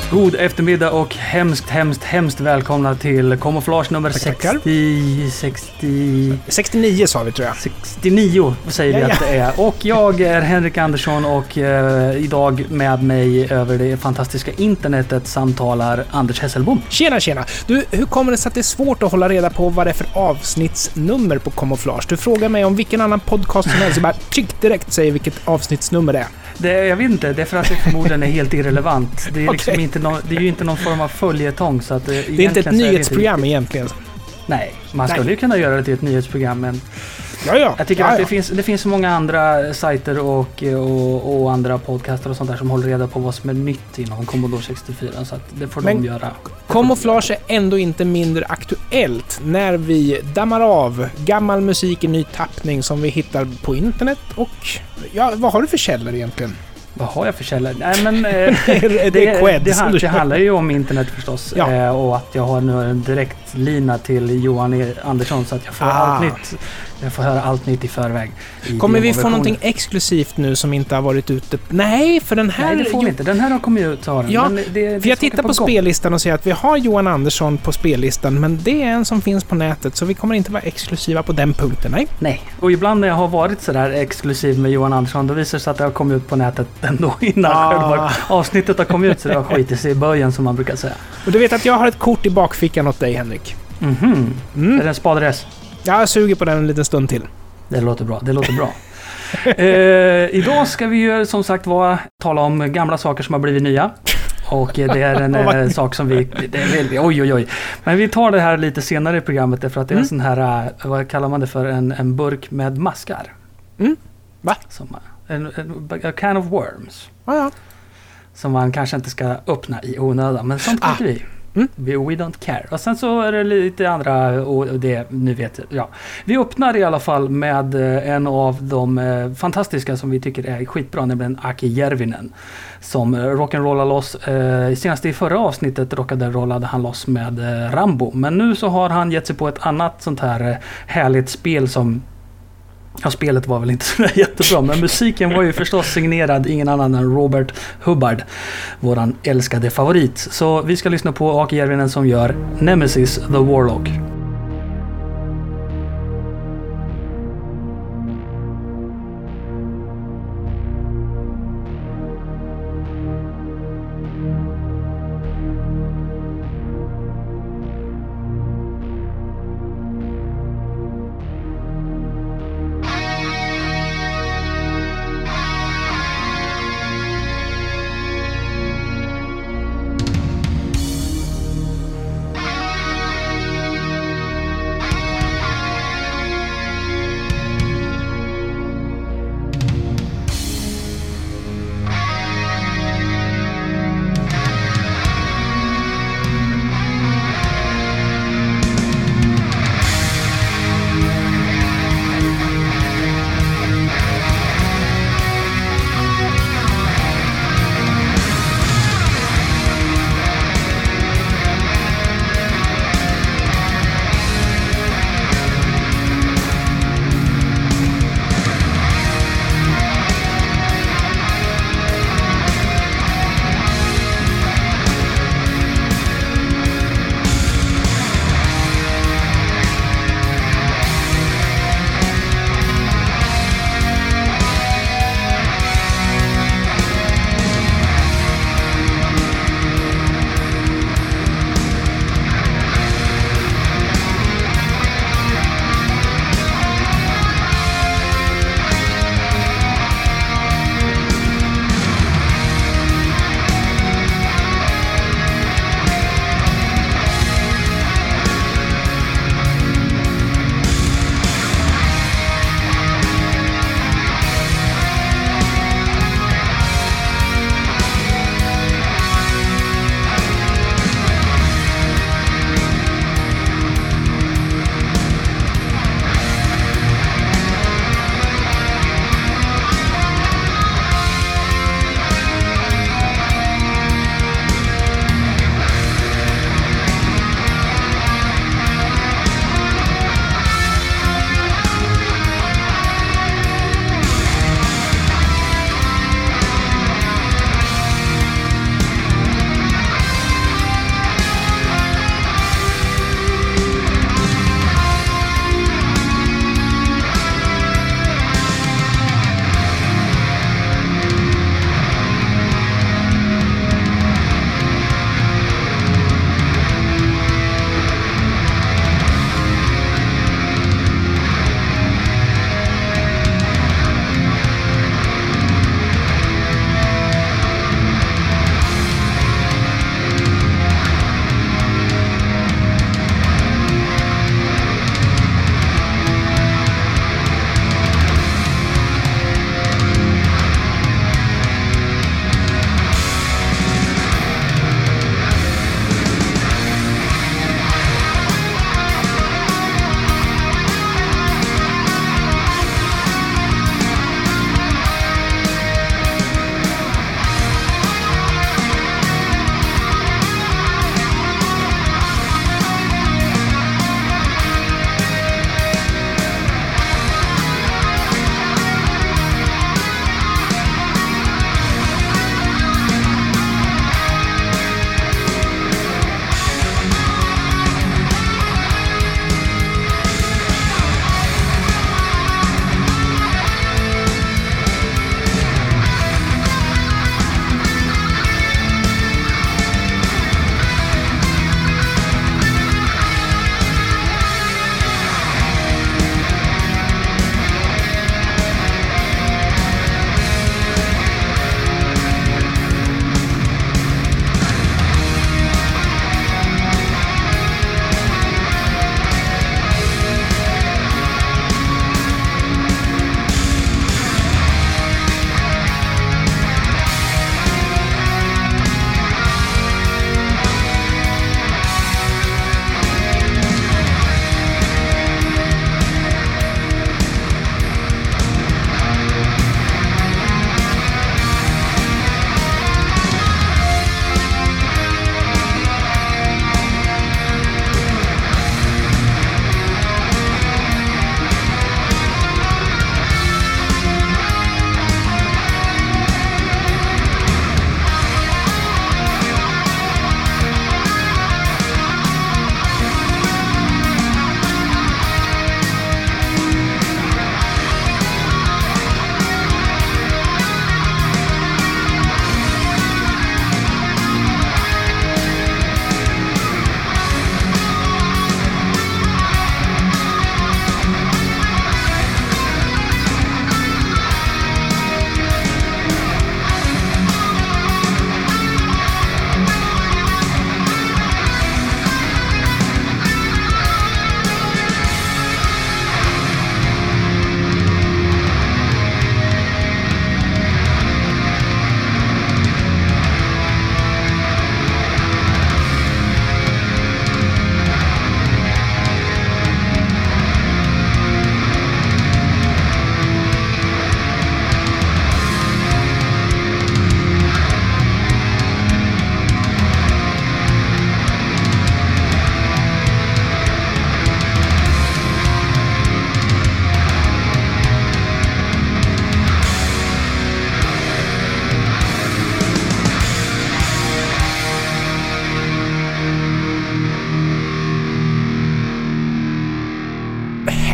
God eftermiddag och hemskt välkomna till Camouflage nummer 69 sa vi, tror jag. 69 säger vi att det är. Och jag är Henrik Andersson och idag med mig över det fantastiska internetet samtalar Anders Hesselbom. Tjena. Du, hur kommer det sig att det är svårt att hålla reda på vad det är för avsnittsnummer på Camouflage? Du frågar mig om vilken annan podcast som helst, jag bara direkt säger vilket avsnittsnummer det är. Jag vet inte, det är för att det förmodligen är helt irrelevant. Det är liksom inte det är ju inte någon form av följetong, så att det är inte ett nyhetsprogram egentligen. Nej, man skulle ju kunna göra det till ett nyhetsprogram, men jag tycker att det finns så många andra sajter och andra podcaster och sånt där som håller reda på vad som är nytt inom Commodore 64, så att det får de göra. Camouflage är ändå inte mindre aktuellt när vi dammar av gammal musik i ny tappning som vi hittar på internet. Och vad har du för källor egentligen? Vad har jag för källor? Nej, men det handlar ju om internet förstås. Ja. Och att jag har nu en direkt lina till Johan Andersson, så att jag får allt nytt. Jag får höra allt nytt i förväg. Kommer vi få någonting exklusivt nu som inte har varit ute? Nej, för den här... Nej, det får vi inte. Den här har kommit ut, har den. Ja, för jag tittar på spellistan och ser att vi har Johan Andersson på spellistan, men det är en som finns på nätet, så vi kommer inte vara exklusiva på den punkten, nej. Och ibland när jag har varit sådär exklusiv med Johan Andersson, då visar det sig att det har kommit ut på nätet ändå innan själva avsnittet har kommit ut, så det har skitit sig i början, som man brukar säga. Och du vet att jag har ett kort i bakfickan åt dig, Henrik. Är det en spadress? Jag suger på den en liten stund till. Det låter bra. Idag ska vi ju som sagt tala om gamla saker som har blivit nya. Och det är en sak som vi... Oj. Men vi tar det här lite senare i programmet, därför att det är en sån här... Vad kallar man det för? En burk med maskar. Va? A can of worms. Ja. Som man kanske inte ska öppna i onödan. Men sånt tycker vi. We don't care. Och sen så är det lite andra, och det nu vet jag. Ja. Vi öppnar i alla fall med en av de fantastiska som vi tycker är skitbra, nämligen Aki Järvinen, som rock'n'rollar loss. Senast i förra avsnittet rollade han loss med Rambo. Men nu så har han gett sig på ett annat sånt här härligt spel som... Ja, spelet var väl inte så jättebra, men musiken var ju förstås signerad ingen annan än Robert Hubbard, våran älskade favorit. Så vi ska lyssna på Aki Järvinen som gör Nemesis the Warlock.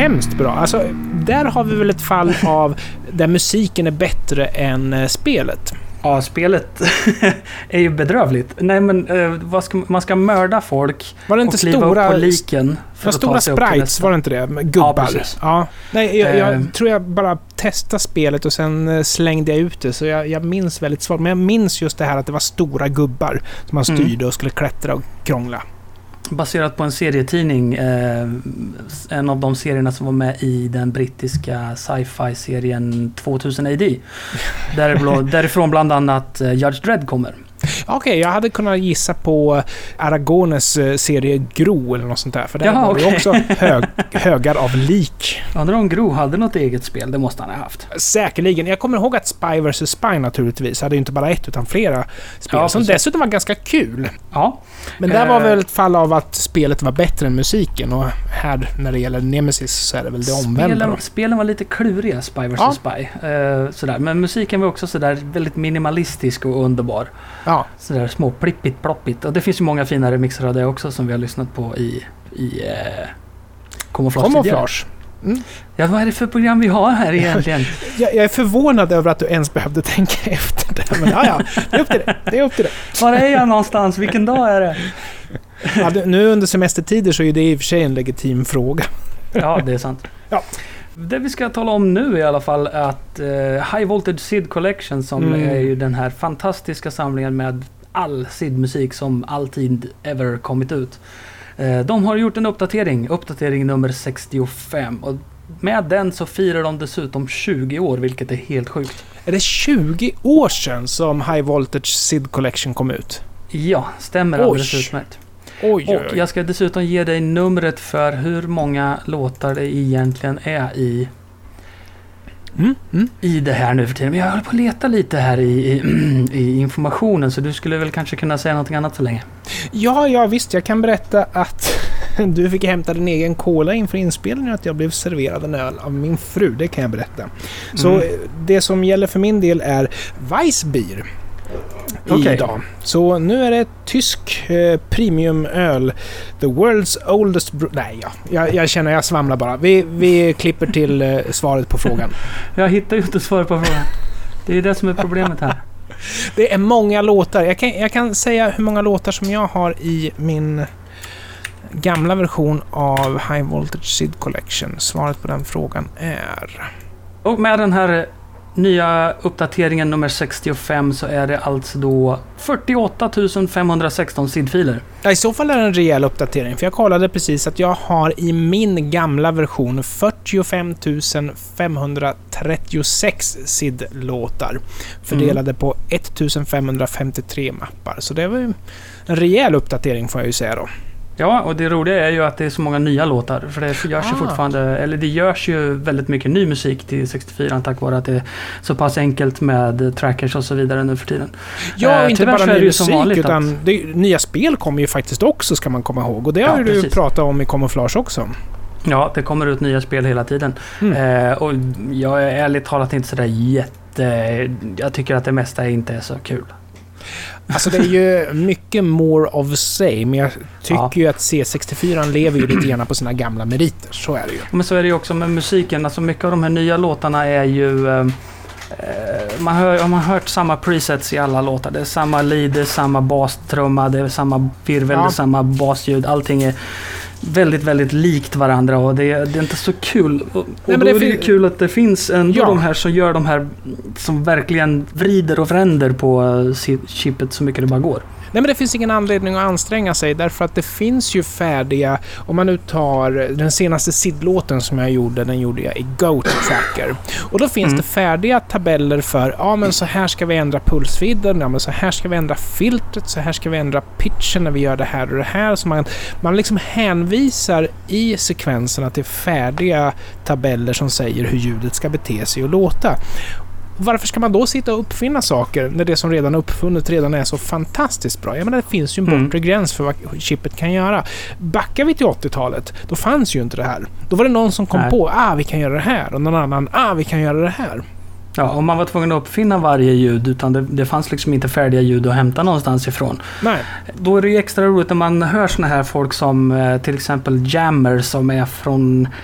hemskt bra. Alltså, där har vi väl ett fall av där musiken är bättre än spelet. Ja, spelet är ju bedrövligt. Nej, men man ska mörda folk var det inte och kliva stora, upp på liken. För att stora sprites, var det inte det? Gubbar. Ja, precis. Ja. Nej, jag tror jag bara testade spelet och sen slängde jag ut det. Så jag minns väldigt svårt. Men jag minns just det här att det var stora gubbar som man styrde och skulle klättra och krångla. Baserat på en serietidning, en av de serierna som var med i den brittiska sci-fi-serien 2000 AD. Därifrån bland annat Judge Dredd kommer. Okej, jag hade kunnat gissa på Aragones serie Gro eller något sånt där. För där var det också högar av lik. Undrar om Gro hade något eget spel, det måste han ha haft. Säkerligen. Jag kommer ihåg att Spy vs. Spy naturligtvis hade ju inte bara ett utan flera spel som dessutom var ganska kul. Ja. Men där var väl ett fall av att spelet var bättre än musiken och här när det gäller Nemesis så är det väl det omvända. Spelen var lite kluriga, Spy vs. Spy. Sådär. Men musiken var också sådär väldigt minimalistisk och underbar. Ja. Sådär små plippigt ploppigt. Och det finns ju många fina remixer av det också som vi har lyssnat på i Camouflage. Ja, vad är det för program vi har här egentligen? Jag är förvånad över att du ens behövde tänka efter det. Men ja, det är upp till det. Var är jag någonstans? Vilken dag är det? Ja, nu under semestertider så är det i och för sig en legitim fråga. Ja, det är sant. Ja. Det vi ska tala om nu i alla fall är att High Voltage SID Collection som är ju den här fantastiska samlingen med all SID-musik som alltid ever kommit ut. De har gjort en uppdatering nummer 65 och med den så firar de dessutom 20 år, vilket är helt sjukt. Är det 20 år sedan som High Voltage SID Collection kom ut? Ja, stämmer alldeles utmärkt. Oj. Och jag ska dessutom ge dig numret för hur många låtar det egentligen är i det här nu för tiden. Men jag håller på att leta lite här i informationen så du skulle väl kanske kunna säga något annat så länge. Ja, visst. Jag kan berätta att du fick hämta din egen cola inför inspelningen och att jag blev serverad en öl av min fru. Det kan jag berätta. Så det som gäller för min del är Weissbier. Idag. Så nu är det tysk premiumöl. The world's oldest jag känner jag svamlar bara. Vi klipper till svaret på frågan. Jag hittar ju inte svaret på frågan. Det är det som är problemet här. Det är många låtar. Jag kan säga hur många låtar som jag har i min gamla version av High Voltage SID Collection. Svaret på den frågan är... Och med den här nya uppdateringen nummer 65 så är det alltså då 48 516 SID-filer. Ja, i så fall är det en rejäl uppdatering. För jag kollade precis att jag har i min gamla version 45 536 SID-låtar. Fördelade på 1553 mappar. Så det var ju en rejäl uppdatering får jag ju säga då. Ja, och det roliga är ju att det är så många nya låtar. För det görs ju fortfarande, eller det görs ju väldigt mycket ny musik till 64 tack vare att det är så pass enkelt med trackers och så vidare nu för tiden. Ja, inte bara ny musik utan nya spel kommer ju faktiskt också ska man komma ihåg. Och det har du pratat om i Camouflage också. Ja, det kommer ut nya spel hela tiden. Och jag är ärligt talat inte sådär jag tycker att det mesta inte är så kul. Alltså det är ju mycket more of same. Men jag tycker ju att C64 lever ju lite grann på sina gamla meriter. Så är det ju. Men så är det ju också med musiken. Alltså mycket av de här nya låtarna är ju... man har hört samma presets i alla låtar. Det är samma lead, det är samma bastrumma, det är samma virvel, det är samma basljud. Allting är väldigt, väldigt likt varandra och det är inte så kul. Och då är det kul att det finns ändå de här som gör de här som verkligen vrider och vänder på chippet så mycket det bara går. Nej, men det finns ingen anledning att anstränga sig därför att det finns ju färdiga, om man nu tar den senaste SID-låten som jag gjorde, den gjorde jag i Goat Tracker. Och då finns det färdiga tabeller för, men så här ska vi ändra pulsvidden, men så här ska vi ändra filtret, så här ska vi ändra pitchen när vi gör det här och det här. Så man liksom hänvisar i sekvenserna till färdiga tabeller som säger hur ljudet ska bete sig och låta. Varför ska man då sitta och uppfinna saker när det som redan är uppfunnet redan är så fantastiskt bra? Jag menar, det finns ju en bortre gräns för vad chippet kan göra. Backar vi till 80-talet, då fanns ju inte det här. Då var det någon som kom på, vi kan göra det här. Och någon annan, vi kan göra det här. Ja, och man var tvungen att uppfinna varje ljud utan det fanns liksom inte färdiga ljud att hämta någonstans ifrån. Nej. Då är det ju extra roligt när man hör såna här folk som till exempel Jammer som är från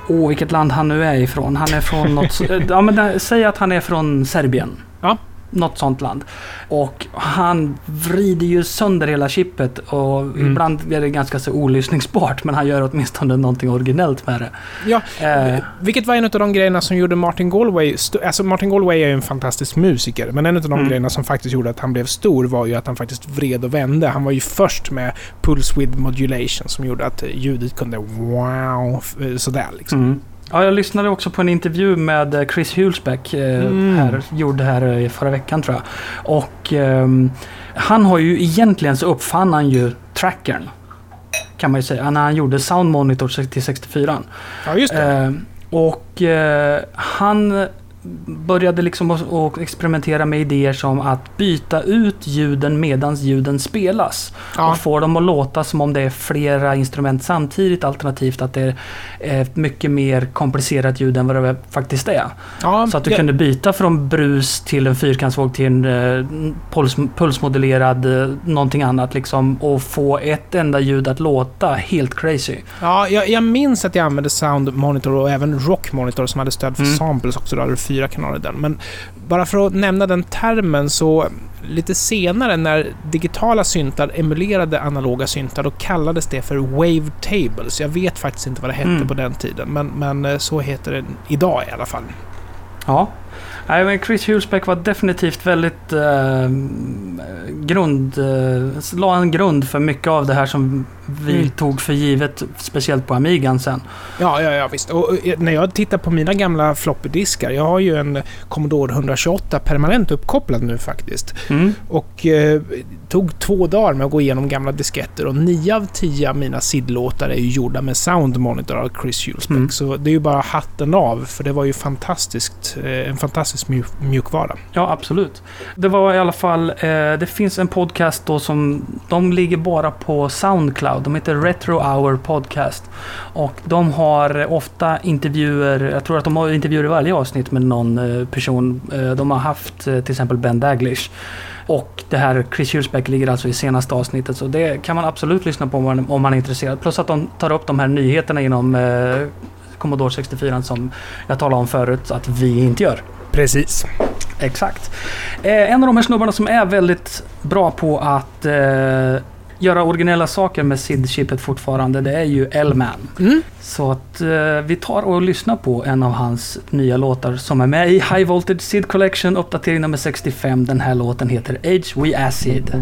vilket land han nu är ifrån. Han är från något... ja, men säg att han är från Serbien. Ja. Något sånt land. Och han vrider ju sönder hela chippet och ibland är det ganska så olyssningsbart, men han gör åtminstone någonting originellt med det. Ja, vilket var en av de grejerna som gjorde Martin Galway... Alltså Martin Galway är ju en fantastisk musiker, men en av de grejerna som faktiskt gjorde att han blev stor var ju att han faktiskt vred och vände. Han var ju först med Pulse Width Modulation som gjorde att ljudet kunde wow, sådär liksom. Ja, jag lyssnade också på en intervju med Chris Hulsbeck gjorde här förra veckan tror jag. Och han har ju egentligen så uppfann han ju trackern, kan man ju säga, när han gjorde Sound Monitor till 64. Ja, just det. Och han började liksom att experimentera med idéer som att byta ut ljuden medans ljuden spelas. Ja. Och få dem att låta som om det är flera instrument samtidigt, alternativt att det är mycket mer komplicerat ljud än vad det faktiskt är. Ja, så att du kunde byta från brus till en fyrkantsvåg till en pulsmodellerad någonting annat liksom, och få ett enda ljud att låta helt crazy. Ja, jag minns att jag använde Sound Monitor och även Rock Monitor som hade stöd för samples också. Då hade 4 kanaler där. Men bara för att nämna den termen, så lite senare när digitala syntar emulerade analoga syntar, då kallades det för wavetables. Jag vet faktiskt inte vad det hette på den tiden, men så heter det idag i alla fall. Ja. Men Chris Hulsbeck var definitivt väldigt la en grund för mycket av det här som vi tog för givet, speciellt på Amigan sen. Ja, visst. Och när jag tittar på mina gamla floppy-diskar, jag har ju en Commodore 128 permanent uppkopplad nu faktiskt. Och tog 2 dagar med att gå igenom gamla disketter, och 9 av 10 av mina sidlåtar är ju gjorda med Sound Monitor av Chris Hulsbeck. Så det är ju bara hatten av, för det var ju en fantastisk mjukvara. Ja, absolut. Det var i alla fall, det finns en podcast då som, de ligger bara på Soundcloud. De heter Retro Hour Podcast. Och de har ofta intervjuer, jag tror att de har intervjuer i varje avsnitt med någon person. De har haft till exempel Ben Daglish. Och det här Chris Hulsbeck ligger alltså i senaste avsnittet, så det kan man absolut lyssna på om man är intresserad. Plus att de tar upp de här nyheterna inom Commodore 64 som jag talade om förut att vi inte gör. Precis. Exakt. En av de här snubbarna som är väldigt bra på att göra originella saker med SID-chippet fortfarande, det är ju L-Man. Så att vi tar och lyssnar på en av hans nya låtar som är med i High Voltage SID Collection, uppdatering nummer 65. Den här låten heter Age We Acid.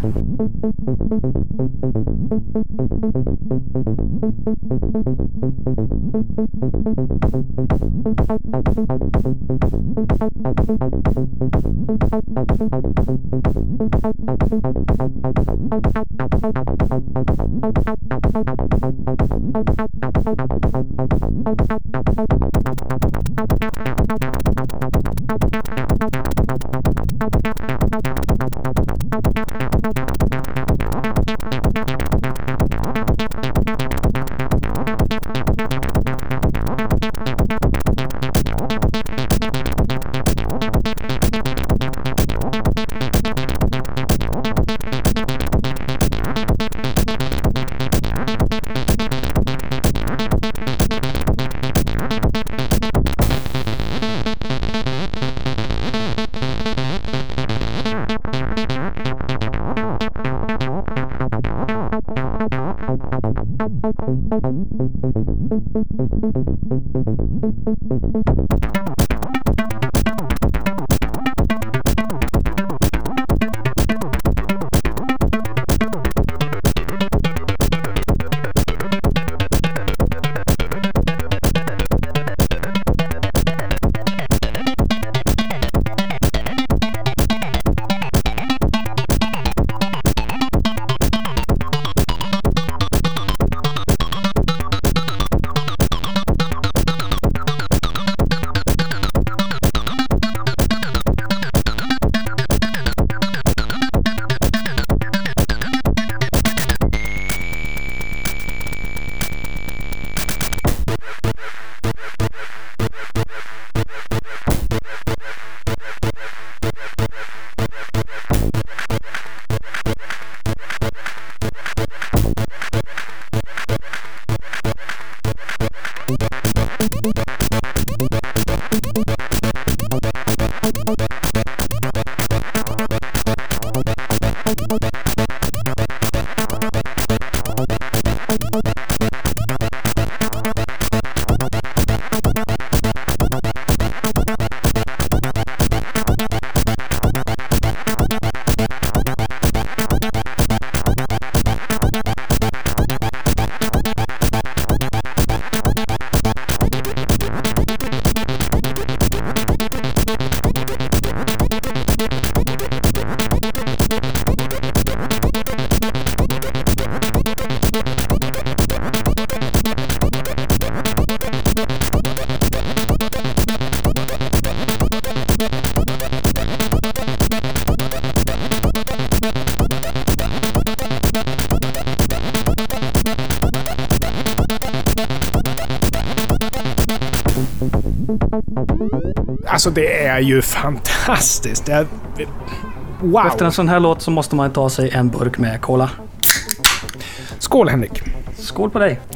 Alltså det är ju fantastiskt. Wow. Efter en sån här låt så måste man ta sig en burk med cola. Skål, Henrik. Skål på dig.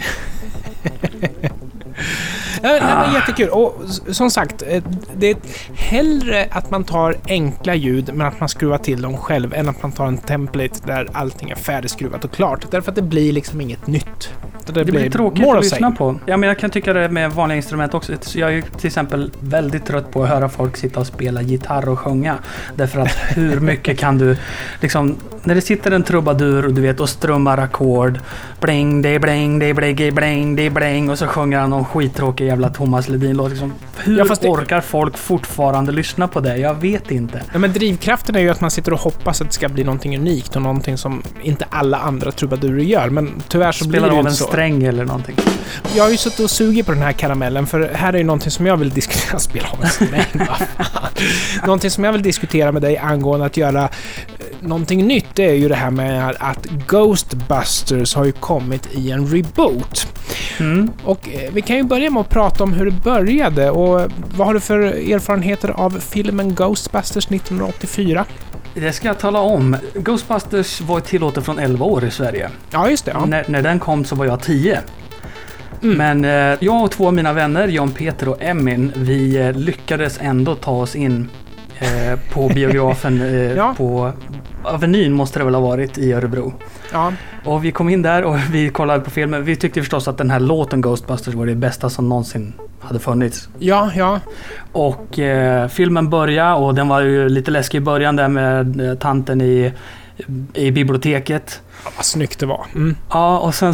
Det var jättekul. Och som sagt, det är hellre att man tar enkla ljud men att man skruvar till dem själv än att man tar en template där allting är färdigskruvat och klart. Därför att det blir liksom inget nytt. Det blir tråkigt att lyssna på. Ja, men jag kan tycka det med vanliga instrument också. Jag är ju till exempel väldigt trött på att höra folk sitta och spela gitarr och sjunga. Därför att hur mycket kan du liksom, när det sitter en trubadur och du vet och strummar ackord, bling, det bling, det bling, bling, det bling, och så sjunger han någon skittråkig jävla Thomas Ledin-låt liksom. Hur orkar folk fortfarande lyssna på det? Jag vet inte. Ja, men drivkraften är ju att man sitter och hoppas att det ska bli någonting unikt och någonting som inte alla andra trubadurer gör, men tyvärr så blir det ju inte så. Sträng eller någonting. Jag har ju suttit och sugit på den här karamellen, för här är ju någonting som jag vill diskutera. Spela av en sträng. Någonting som jag vill diskutera med dig angående att göra någonting nytt, det är ju det här med att Ghostbusters har ju kommit i en reboot. Och vi kan ju börja med att prata om hur det började och vad har du för erfarenheter av filmen Ghostbusters 1984? Det ska jag tala om. Ghostbusters var tillåten från 11 år i Sverige. Ja, just det. Ja. När den kom så var jag 10. Men jag och två av mina vänner, Jan Peter och Emin, vi lyckades ändå ta oss in på biografen på Avenyn måste det väl ha varit i Örebro. Ja. Och vi kom in där och vi kollade på filmen. Vi tyckte förstås att den här låten Ghostbusters var det bästa som någonsin hade funnits. Ja. Och filmen började och den var ju lite läskig i början där med tanten i biblioteket. Ja, vad snyggt det var. Ja, och sen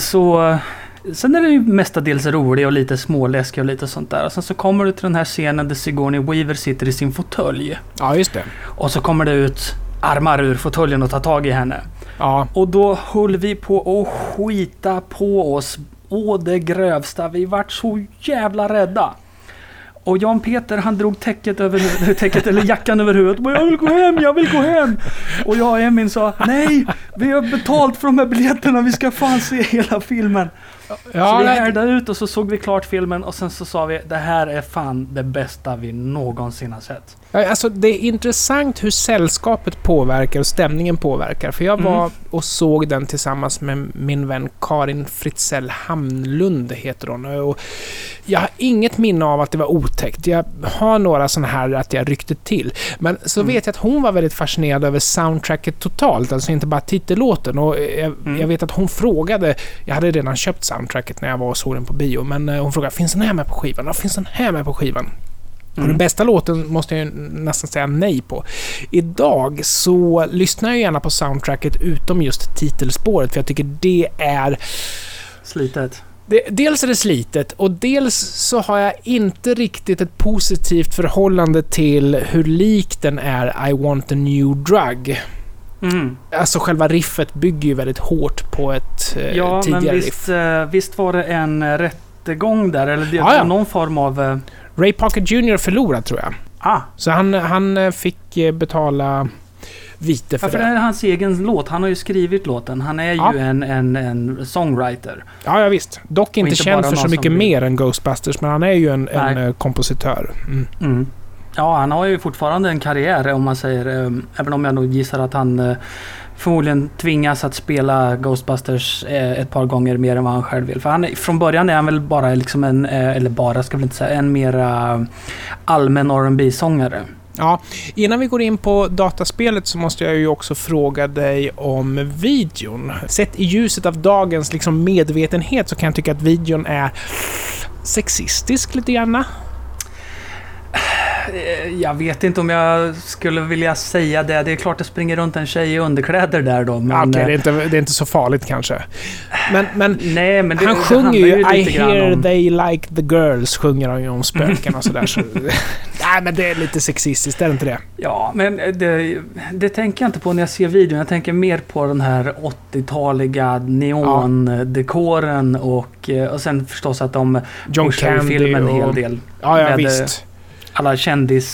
är det ju mestadels rolig och lite småläskig och lite sånt där. Och sen så kommer du till den här scenen där Sigourney Weaver sitter i sin fåtölj. Ja, just det. Och så kommer det ut armar ur fåtöljen och tar tag i henne. Ja. Och då höll vi på att skita på oss. Det grövsta. Vi vart så jävla rädda. Och Jan Peter, han drog täcket eller jackan över huvudet. Jag vill gå hem. Och jag och Emin sa, nej, vi har betalt för de här biljetterna. Vi ska fan se hela filmen. Så vi härdade ut och så såg vi klart filmen och sen så sa vi, det här är fan det bästa vi någonsin har sett. Alltså det är intressant hur sällskapet påverkar och stämningen påverkar. För jag var och såg den tillsammans med min vän Karin Fritzell Hamnlund heter hon. Och jag har inget minne av att det var otäckt. Jag har några sådana här att jag ryckte till. Men så vet jag att hon var väldigt fascinerad över soundtracket totalt. Alltså inte bara titellåten. Och jag vet att hon frågade, jag hade redan köpt soundtracket när jag var och såg den på bio. Men hon frågade, finns den här med på skivan? Ja, finns den här med på skivan? Och den bästa låten måste jag nästan säga nej på. Idag så lyssnar jag gärna på soundtracket utom just titelspåret. För jag tycker det är slitet. Dels är det slitet och dels så har jag inte riktigt ett positivt förhållande till hur lik den är I Want a New Drug. Alltså själva riffet bygger ju väldigt hårt på ett tidigare riff. Visst var det en rättegång där? Eller någon form av... Ray Parker Jr. förlorade tror jag. Så han fick betala vite för det. För det är hans egen låt. Han har ju skrivit låten. Han är ju en songwriter. Ja, visst. Dock inte känd för så mycket mer än Ghostbusters, men han är ju en kompositör. Ja, han har ju fortfarande en karriär om man säger, även om jag nog gissar att han förmodligen tvingas att spela Ghostbusters ett par gånger mer än vad han själv vill. För från början är han väl bara liksom en mera allmän R&B-sångare. Ja, innan vi går in på dataspelet så måste jag ju också fråga dig om videon. Sett i ljuset av dagens liksom medvetenhet så kan jag tycka att videon är sexistisk lite grann. Jag vet inte om jag skulle vilja säga det. Det är klart det springer runt en tjej i underkläder där då. Men okej, det är inte så farligt kanske. Men, nej, men han sjunger ju I hear they like the girls, sjunger han ju om spöken och sådär. Så, nej, men det är lite sexistiskt, är det inte det? Ja, men det tänker jag inte på när jag ser videon. Jag tänker mer på den här 80-taliga neondekoren och sen förstås att de John Candy filmen en hel del. Ja, visst. Alla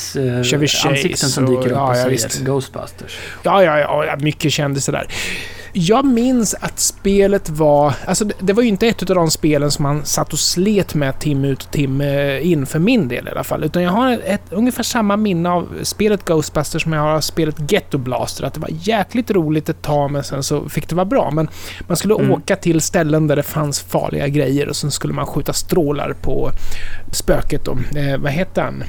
ansikten som dyker upp och säger Ghostbusters. Ja, mycket kändisar där. Jag minns att spelet var... Alltså det var ju inte ett av de spelen som man satt och slet med timme ut och timme in för min del i alla fall. Utan jag har ungefär samma minne av spelet Ghostbusters som jag har av spelet Ghetto Blaster. Att det var jäkligt roligt ett tag, men sen så fick det vara bra. Men man skulle åka till ställen där det fanns farliga grejer och sen skulle man skjuta strålar på spöket då. Vad heter han?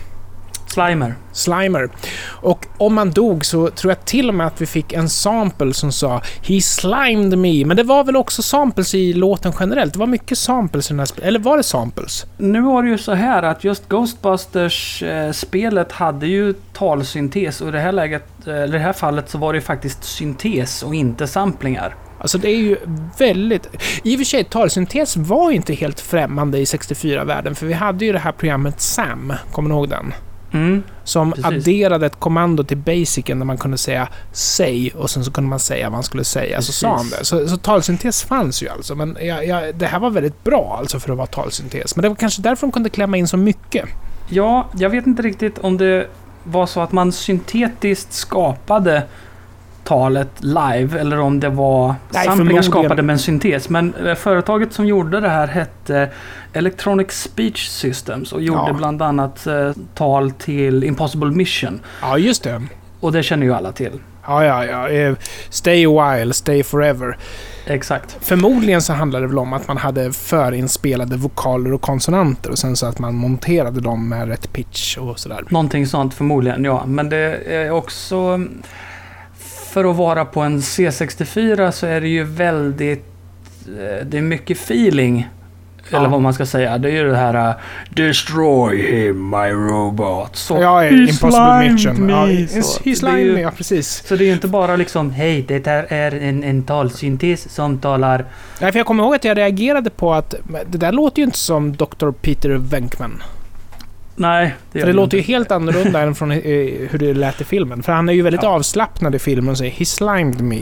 Slimer. Och om man dog så tror jag till och med att vi fick en sample som sa "He slimed me", men det var väl också samples i låten generellt. Det var mycket samples i den här eller var det samples? Nu var det ju så här att just Ghostbusters spelet hade ju talsyntes, och i det här läget, eller i det här fallet så var det ju faktiskt syntes och inte samplingar. Alltså det är ju väldigt... I och för sig, talsyntes var ju inte helt främmande i 64-världen, för vi hade ju det här programmet Sam, kommer ni ihåg den? Som precis. Adderade ett kommando till basicen där man kunde säga säg och sen så kunde man säga vad man skulle säga. Så sa han det. Så talsyntes fanns ju alltså. Men det här var väldigt bra alltså för att vara talsyntes. Men det var kanske därför de kunde klämma in så mycket. Ja, jag vet inte riktigt om det var så att man syntetiskt skapade talet live eller om det var samplingar skapade med en syntes. Men företaget som gjorde det här hette Electronic Speech Systems och gjorde bland annat tal till Impossible Mission. Ja, just det. Och det känner ju alla till. Ja. Stay a while, stay forever. Exakt. Förmodligen så handlade det väl om att man hade förinspelade vokaler och konsonanter och sen så att man monterade dem med rätt pitch och sådär. Någonting sånt förmodligen, ja. Men det är också... För att vara på en C64 så är det ju väldigt... Det är mycket feeling. Eller vad man ska säga. Det är ju det här... Destroy him, my robot. Så, ja, Impossible Mission. He slimed me, ja precis. Så det är ju inte bara liksom... Hej, det här är en talsyntes som talar... Nej, för jag kommer ihåg att jag reagerade på att... Det där låter ju inte som Dr. Peter Venkman. Nej, det låter ju helt annorlunda än från hur det lät i filmen. För han är ju väldigt avslappnad i filmen och säger "He slimed me".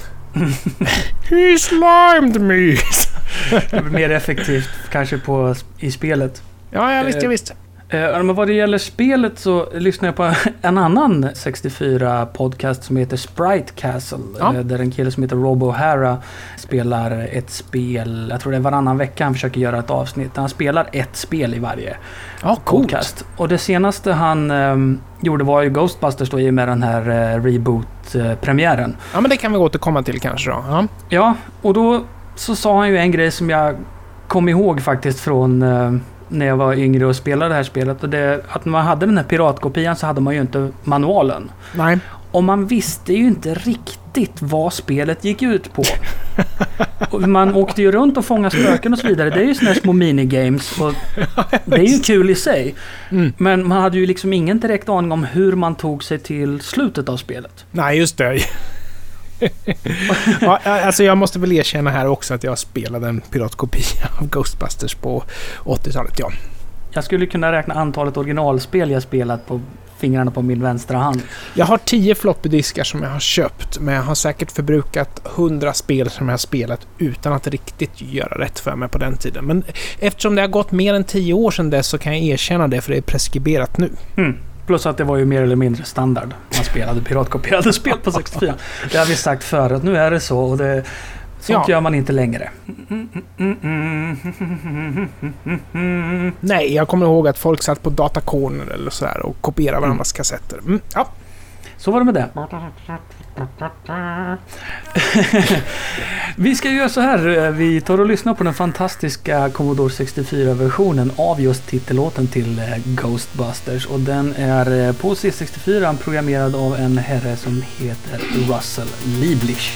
He slimed me. Det blir mer effektivt kanske i spelet. Ja, visst. Men vad det gäller spelet så lyssnar jag på en annan 64-podcast som heter Sprite Castle. Där en kille som heter Rob O'Hara spelar ett spel, jag tror det är varannan vecka han försöker göra ett avsnitt. Han spelar ett spel i varje podcast. Och det senaste han gjorde var ju Ghostbusters då i med den här reboot-premiären. Ja, men det kan vi återkomma till kanske då. Ja, och då så sa han ju en grej som jag kom ihåg faktiskt från... när jag var yngre och spelade det här spelet. Och det, att när man hade den här piratkopian så hade man ju inte manualen. Nej. Och man visste ju inte riktigt vad spelet gick ut på. Och man åkte ju runt och fångade spöken och så vidare. Det är ju såna här små minigames. Och det är ju kul i sig. Men man hade ju liksom ingen direkt aning om hur man tog sig till slutet av spelet. Nej, just det. Ja, alltså jag måste väl erkänna här också att jag spelade en piratkopia av Ghostbusters på 80-talet, ja. Jag skulle kunna räkna antalet originalspel jag spelat på fingrarna på min vänstra hand. Jag har 10 floppydiskar som jag har köpt, men jag har säkert förbrukat 100 spel som jag har spelat utan att riktigt göra rätt för mig på den tiden. Men eftersom det har gått mer än 10 år sedan dess så kan jag erkänna det, för det är preskriberat nu. Plus att det var ju mer eller mindre standard. Man spelade piratkopierade spel på 64. Det har vi sagt förut. Nu är det så och det sånt gör man inte längre. Nej, jag kommer ihåg att folk satt på datakorner eller så här och kopierade varandras kassetter. Ja. Så var det med det. Vi ska göra så här. Vi tar och lyssnar på den fantastiska Commodore 64-versionen av just titellåten till Ghostbusters. Och den är på C64 programmerad av en herre som heter Russell Lieblish.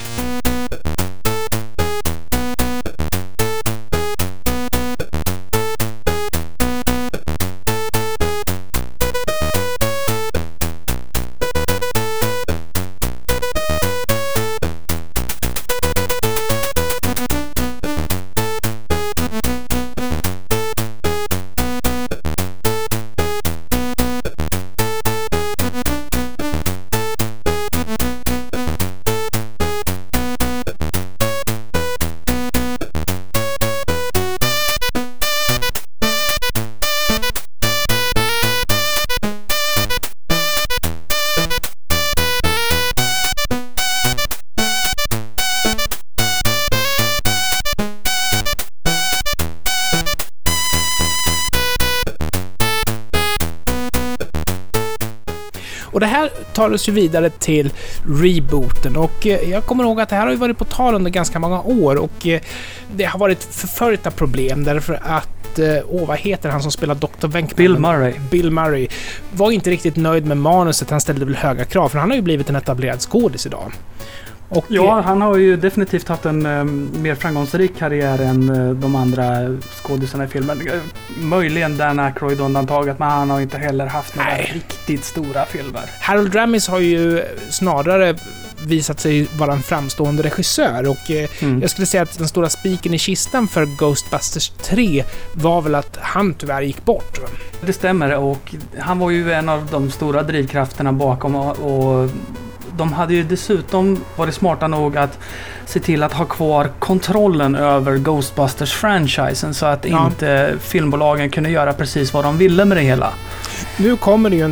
tar oss ju vidare till rebooten. Och jag kommer ihåg att det här har ju varit på tal under ganska många år och det har varit förföljda problem därför att vad heter han som spelar Dr. Venkman? Bill Murray var inte riktigt nöjd med manuset. Han ställde väl höga krav för han har ju blivit en etablerad skådis idag. Och ja, han har ju definitivt haft en mer framgångsrik karriär än de andra skådisarna i filmen. Möjligen Dan Aykroyd undantaget, men han har inte heller haft några riktigt stora filmer. Harold Ramis har ju snarare visat sig vara en framstående regissör och jag skulle säga att den stora spiken i kistan för Ghostbusters 3 var väl att han tyvärr gick bort. Det stämmer, och han var ju en av de stora drivkrafterna bakom och de hade ju dessutom varit smarta nog att se till att ha kvar kontrollen över Ghostbusters-franchisen så att inte filmbolagen kunde göra precis vad de ville med det hela. Nu kommer det ju en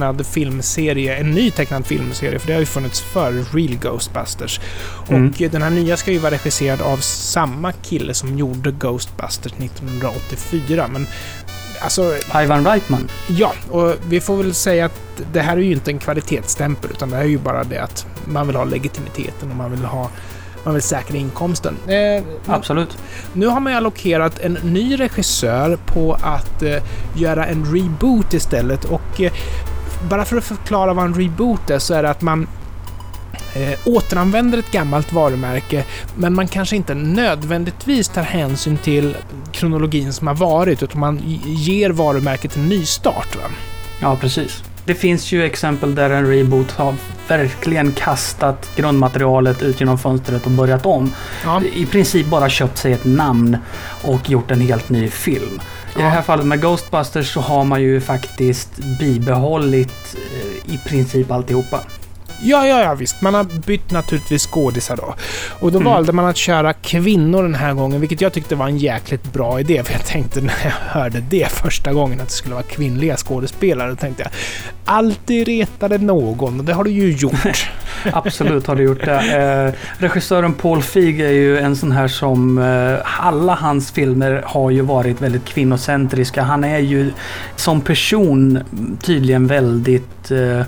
ny tecknad filmserie, för det har ju funnits för Real Ghostbusters. Och den här nya ska ju vara regisserad av samma kille som gjorde Ghostbusters 1984, men alltså, Ivan Reitman. Ja, och vi får väl säga att det här är ju inte en kvalitetsstämpel, utan det här är ju bara det att man vill ha legitimiteten och man vill säkra inkomsten. Absolut. Nu har man ju allokerat en ny regissör på att göra en reboot istället, och bara för att förklara vad en reboot är så är det att man återanvänder ett gammalt varumärke, men man kanske inte nödvändigtvis tar hänsyn till kronologin som har varit, utan man ger varumärket en ny start. Va? Ja, precis. Det finns ju exempel där en reboot har verkligen kastat grundmaterialet ut genom fönstret och börjat om. Ja. I princip bara köpt sig ett namn och gjort en helt ny film. I det här fallet med Ghostbusters så har man ju faktiskt bibehållit i princip alltihopa. Ja, visst. Man har bytt naturligtvis skådisar då. Och då valde man att köra kvinnor den här gången, vilket jag tyckte var en jäkligt bra idé. För jag tänkte när jag hörde det första gången att det skulle vara kvinnliga skådespelare, då tänkte jag, alltid retade någon, och det har du ju gjort. Absolut har du gjort det. Regissören Paul Feig är ju en sån här som alla hans filmer har ju varit väldigt kvinnocentriska. Han är ju som person tydligen väldigt...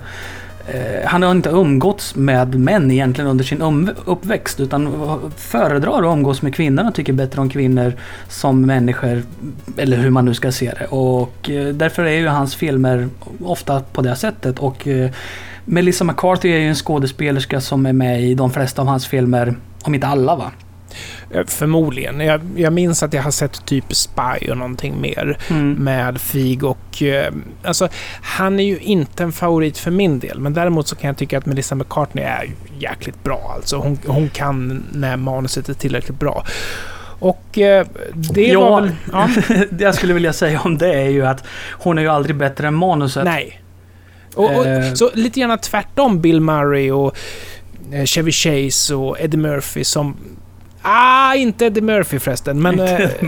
han har inte umgåtts med män egentligen under sin uppväxt, utan föredrar att umgås med kvinnor och tycker bättre om kvinnor som människor, eller hur man nu ska se det. Och därför är ju hans filmer ofta på det sättet. Och Melissa McCarthy är ju en skådespelerska som är med i de flesta av hans filmer, om inte alla, va? Förmodligen. Jag minns att jag har sett typ Spy och någonting mer med Feig, och alltså, han är ju inte en favorit för min del, men däremot så kan jag tycka att Melissa McCarthy är jäkligt bra. Alltså hon kan när manuset är tillräckligt bra. Och det var väl... Ja. Det jag skulle vilja säga om det är ju att hon är ju aldrig bättre än manuset. Nej. Och så lite grann tvärtom Bill Murray och Chevy Chase och Eddie Murphy som... inte Eddie Murphy förresten, men...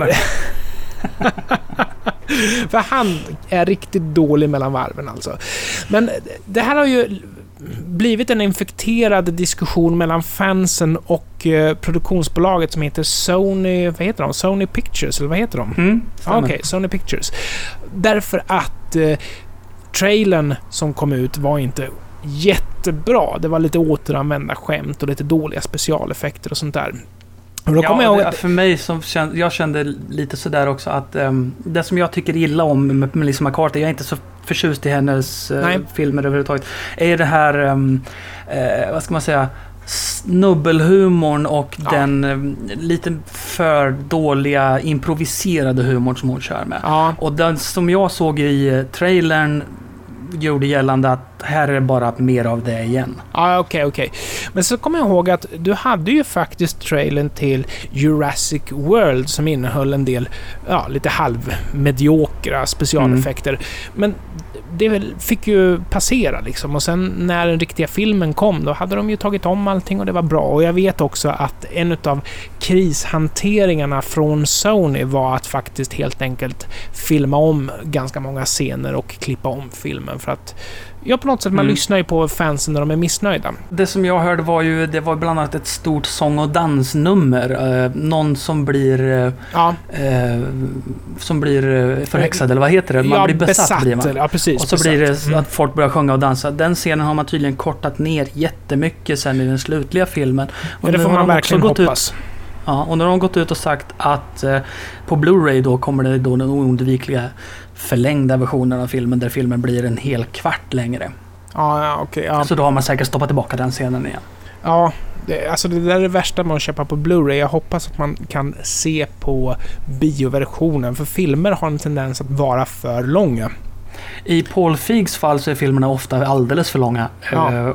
för han är riktigt dålig mellan varven alltså. Men det här har ju blivit en infekterad diskussion mellan fansen och produktionsbolaget som heter Sony... Vad heter de? Sony Pictures, eller vad heter de? Okej, Sony Pictures. Därför att trailern som kom ut var inte jättebra. Det var lite återanvända skämt och lite dåliga specialeffekter och sånt där. För mig jag kände lite sådär också att det som jag tycker illa om med Melissa McCarthy, jag är inte så förtjust i hennes filmer överhuvudtaget, är det här vad ska man säga, snubbelhumorn och den lite för dåliga improviserade humorn som hon kör med. Ja. Och den som jag såg i trailern gjorde gällande att här är det bara mer av det igen. Ja, okej. Men så kommer jag ihåg att du hade ju faktiskt trailern till Jurassic World som innehöll en del lite halvmediokra specialeffekter. Men det fick ju passera liksom. Och sen när den riktiga filmen kom, då hade de ju tagit om allting och det var bra. Och jag vet också att en av krishanteringarna från Sony var att faktiskt helt enkelt filma om ganska många scener och klippa om filmen för att Ja, på något sätt. Man lyssnar ju på fansen när de är missnöjda. Det som jag hörde det var bland annat ett stort sång- och dansnummer. Någon som blir förhäxad, eller vad heter det? Man blir besatt blir man. Ja, precis. Och så blir det att folk börjar sjunga och dansa. Den scenen har man tydligen kortat ner jättemycket sen i den slutliga filmen. Och det får man verkligen hoppas. Ja, och när de har gått ut och sagt att på Blu-ray då kommer det då den oundvikliga förlängda versionen av filmen där filmen blir en hel kvart längre. Ja, okej. Ja. Så då har man säkert stoppat tillbaka den scenen igen. Ja, det där är det värsta med att köpa på Blu-ray. Jag hoppas att man kan se på bioversionen, för filmer har en tendens att vara för långa. I Paul Feegs fall så är filmerna ofta alldeles för långa. Ja.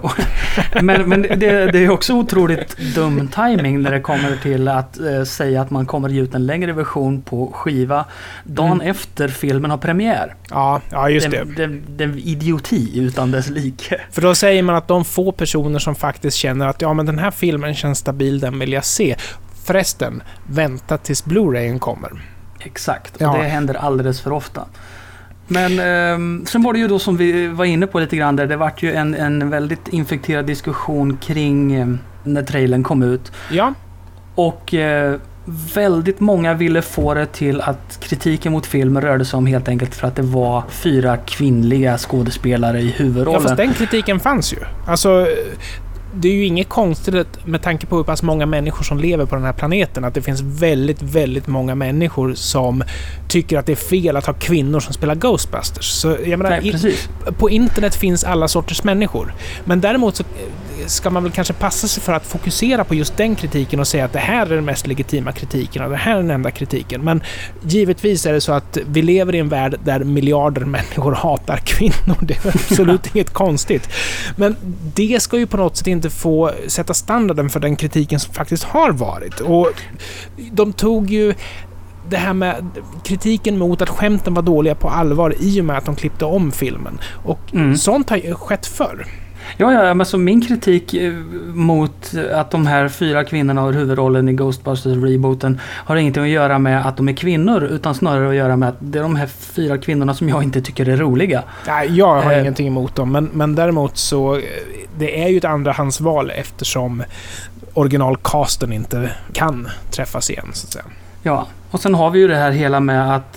men det är också otroligt dum timing när det kommer till att säga att man kommer ge ut en längre version på skiva dagen efter filmen har premiär. Ja, just det. Det är idioti utan dess like. För då säger man att de få personer som faktiskt känner att men den här filmen känns stabil, den vill jag se. Förresten, vänta tills Blu-rayen kommer. Exakt, och det händer alldeles för ofta. Men sen var det ju då som vi var inne på lite grann där, det vart ju en väldigt infekterad diskussion kring när trailern kom ut. Ja. Och väldigt många ville få det till att kritiken mot filmen rörde sig om helt enkelt för att det var 4 kvinnliga skådespelare i huvudrollen. Ja, fast den kritiken fanns ju. Alltså, det är ju inget konstigt med tanke på hur pass många människor som lever på den här planeten, att det finns väldigt, väldigt många människor som tycker att det är fel att ha kvinnor som spelar Ghostbusters. Så jag menar, på internet finns alla sorters människor. Men däremot så ska man väl kanske passa sig för att fokusera på just den kritiken och säga att det här är den mest legitima kritiken och det här är den enda kritiken. Men givetvis är det så att vi lever i en värld där miljarder människor hatar kvinnor. Det är absolut inget konstigt. Men det ska ju på något sätt inte få sätta standarden för den kritiken som faktiskt har varit. Och de tog ju det här med kritiken mot att skämten var dåliga på allvar i och med att de klippte om filmen. Och sånt har ju skett förr. Ja, men så min kritik mot att de här 4 kvinnorna har huvudrollen i Ghostbusters-rebooten har ingenting att göra med att de är kvinnor, utan snarare att göra med att det är de här 4 kvinnorna som jag inte tycker är roliga. Nej, jag har ingenting emot dem, men däremot så det är ju ett andrahandsval eftersom originalcasten inte kan träffas igen, så att säga. Ja, och sen har vi ju det här hela med att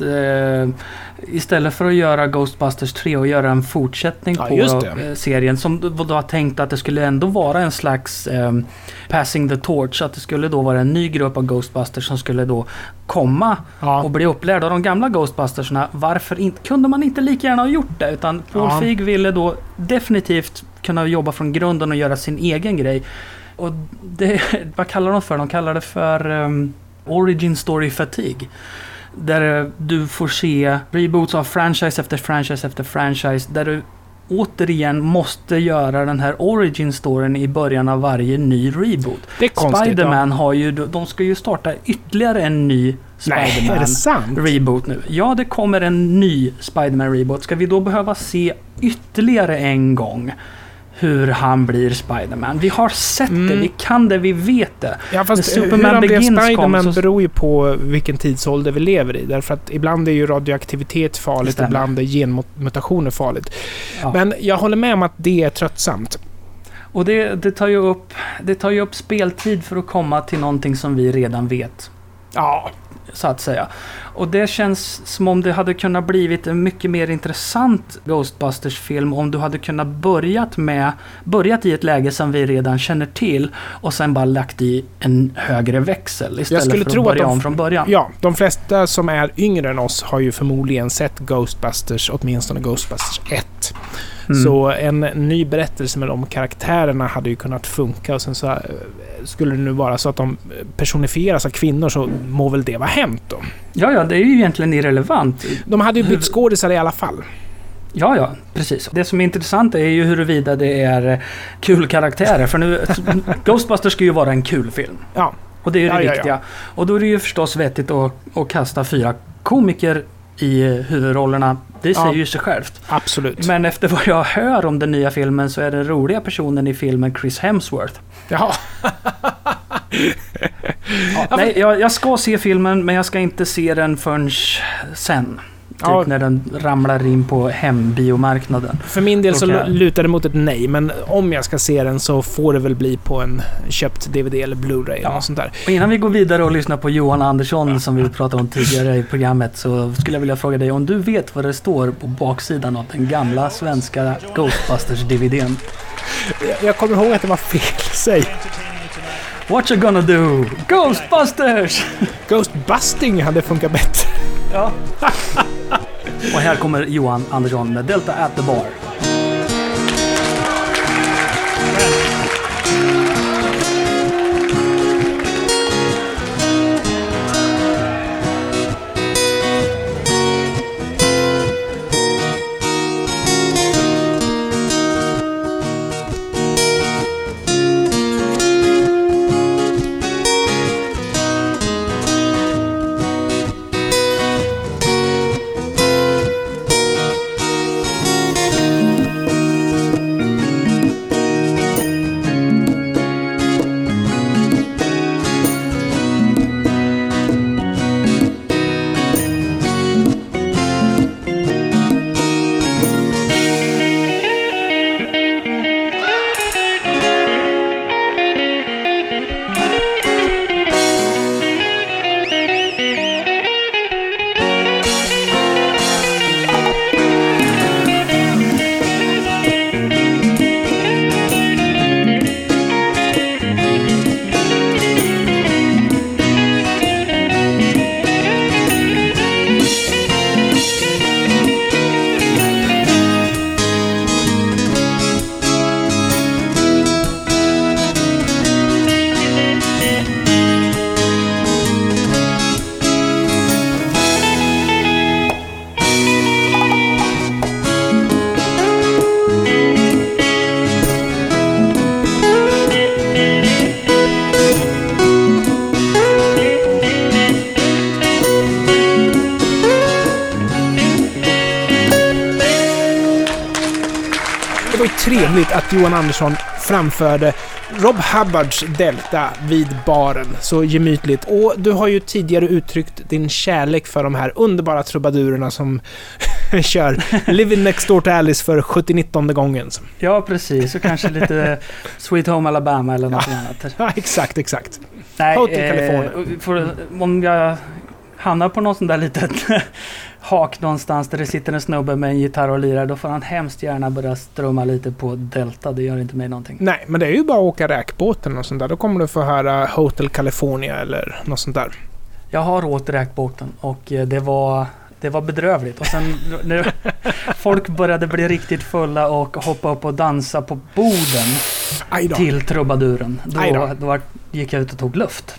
istället för att göra Ghostbusters 3 och göra en fortsättning på serien som då har tänkt att det skulle ändå vara en slags passing the torch, att det skulle då vara en ny grupp av Ghostbusters som skulle då komma och bli upplärda av de gamla Ghostbustersna. Varför kunde man inte lika gärna ha gjort det? Utan Paul Feig ville då definitivt kunna jobba från grunden och göra sin egen grej. Och det, vad kallar de för? De kallar det för Origin Story Fatigue. Där du får se reboots av franchise efter franchise efter franchise. Där du återigen måste göra den här origin storyn i början av varje ny reboot. Det är konstigt. Spider-Man har ju, de ska ju starta ytterligare en ny Spider-Man reboot nu. Ja, det kommer en ny Spider-Man reboot. Ska vi då behöva se ytterligare en gång hur han blir Spider-Man? Vi har sett det, vi kan det, vi vet det. Ja, fast Superman hur han blev Spider-Man beror ju på vilken tidsålder vi lever i. Därför att ibland är ju radioaktivitet farligt, ibland är genmutationer farligt. Ja. Men jag håller med om att det är tröttsamt. Och det tar ju upp speltid för att komma till någonting som vi redan vet. Ja, så att säga. Och det känns som om det hade kunnat blivit en mycket mer intressant Ghostbusters-film om du hade kunnat börjat i ett läge som vi redan känner till och sen bara lagt i en högre växel istället för att börja om från början. Ja, de flesta som är yngre än oss har ju förmodligen sett Ghostbusters, åtminstone Ghostbusters 1. Så en ny berättelse med de karaktärerna hade ju kunnat funka, och sen så skulle det nu vara så att de personifieras av kvinnor, så må väl det vara hänt då. Ja, det är ju egentligen irrelevant. De hade ju bytt skådisar i alla fall. Ja, precis. Det som är intressant är ju huruvida det är kul karaktärer, för nu Ghostbusters ska ju vara en kul film. Ja. Och det är ju det viktiga. Ja. Och då är det ju förstås vettigt att kasta 4 komiker i huvudrollerna. Det säger ju sig självt. Absolut. Men efter vad jag hör om den nya filmen så är den roliga personen i filmen Chris Hemsworth. Jaha. Nej, jag ska se filmen, men jag ska inte se den förrän sen. typ när den ramlar in på hembiomarknaden. För min del så lutar det mot ett nej, men om jag ska se den så får det väl bli på en köpt DVD eller Blu-ray eller något sånt där. Och innan vi går vidare och lyssnar på Johan Andersson som vi pratade om tidigare i programmet, så skulle jag vilja fråga dig om du vet vad det står på baksidan av den gamla svenska Ghostbusters-DVDn. Jag kommer ihåg att det var fel. Säg. What you gonna do? Ghostbusters! Ghostbusting hade funkat bättre. Ja. Och här kommer Johan Andersson med Delta at the Bar. Trevligt att Johan Andersson framförde Rob Hubbards Delta vid baren. Så gemytligt. Och du har ju tidigare uttryckt din kärlek för de här underbara trubadurerna som kör Living Next Door to Alice för 79:e gången. Ja, precis. Och kanske lite Sweet Home Alabama eller något annat. Ja, exakt. Nej, Hotel California. Om jag hamnar på någon sån där litet hak någonstans där det sitter en snubbe med en gitarr och lirar, då får han hemskt gärna börja strömma lite på Delta. Det gör inte mig någonting. Nej, men det är ju bara att åka räkbåten och sånt där. Då kommer du få höra Hotel California eller något sånt där. Jag har åkt räkbåten och det var bedrövligt. Och sen när folk började bli riktigt fulla och hoppa upp och dansa på borden till trubaduren, då gick jag ut och tog luft.